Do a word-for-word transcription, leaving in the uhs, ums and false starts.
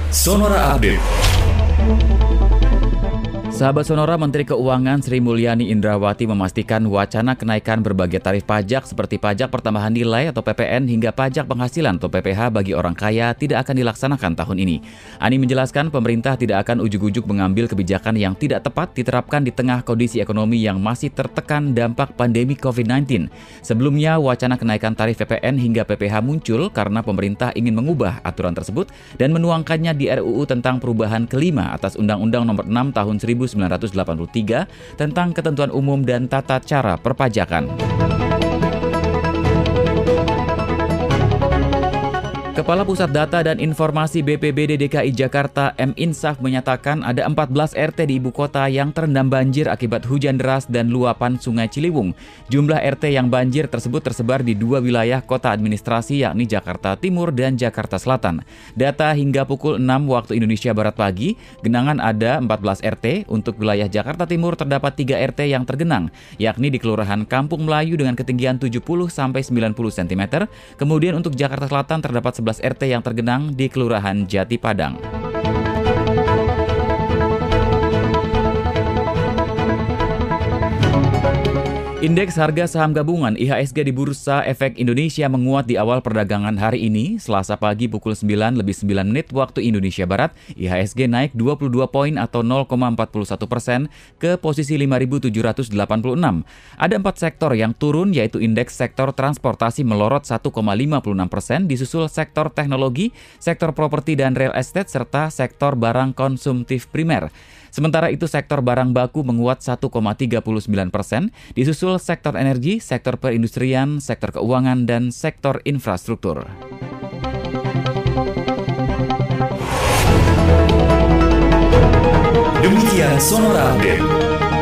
Sonora Update. Sahabat Sonora, Menteri Keuangan Sri Mulyani Indrawati memastikan wacana kenaikan berbagai tarif pajak seperti pajak pertambahan nilai atau P P N hingga pajak penghasilan atau P P H bagi orang kaya tidak akan dilaksanakan tahun ini. Ani menjelaskan pemerintah tidak akan ujuk-ujuk mengambil kebijakan yang tidak tepat diterapkan di tengah kondisi ekonomi yang masih tertekan dampak pandemi covid sembilan belas. Sebelumnya, wacana kenaikan tarif P P N hingga P P H muncul karena pemerintah ingin mengubah aturan tersebut dan menuangkannya di R U U tentang perubahan kelima atas Undang-Undang Nomor enam Tahun seribu sembilan ratus delapan puluh tiga tentang ketentuan umum dan tata cara perpajakan. Kepala Pusat Data dan Informasi B P B D D K I Jakarta M Insaf menyatakan ada empat belas R T di ibu kota yang terendam banjir akibat hujan deras dan luapan Sungai Ciliwung. Jumlah R T yang banjir tersebut tersebar di dua wilayah kota administrasi yakni Jakarta Timur dan Jakarta Selatan. Data hingga pukul enam waktu Indonesia Barat pagi, genangan ada empat belas R T. Untuk wilayah Jakarta Timur terdapat tiga R T yang tergenang, yakni di Kelurahan Kampung Melayu dengan ketinggian tujuh puluh sampai sembilan puluh sentimeter. Kemudian untuk Jakarta Selatan terdapat sebelas R T yang tergenang di Kelurahan Jati Padang. Indeks harga saham gabungan I H S G di Bursa Efek Indonesia menguat di awal perdagangan hari ini. Selasa pagi pukul sembilan lebih sembilan menit waktu Indonesia Barat, I H S G naik dua puluh dua poin atau nol koma empat satu persen ke posisi lima ribu tujuh ratus delapan puluh enam. Ada empat sektor yang turun, yaitu indeks sektor transportasi melorot satu koma lima enam persen, disusul sektor teknologi, sektor properti dan real estate, serta sektor barang konsumtif primer. Sementara itu sektor barang baku menguat satu koma tiga sembilan persen, disusul sektor energi, sektor perindustrian, sektor keuangan, dan sektor infrastruktur. Demikian Sonora Update.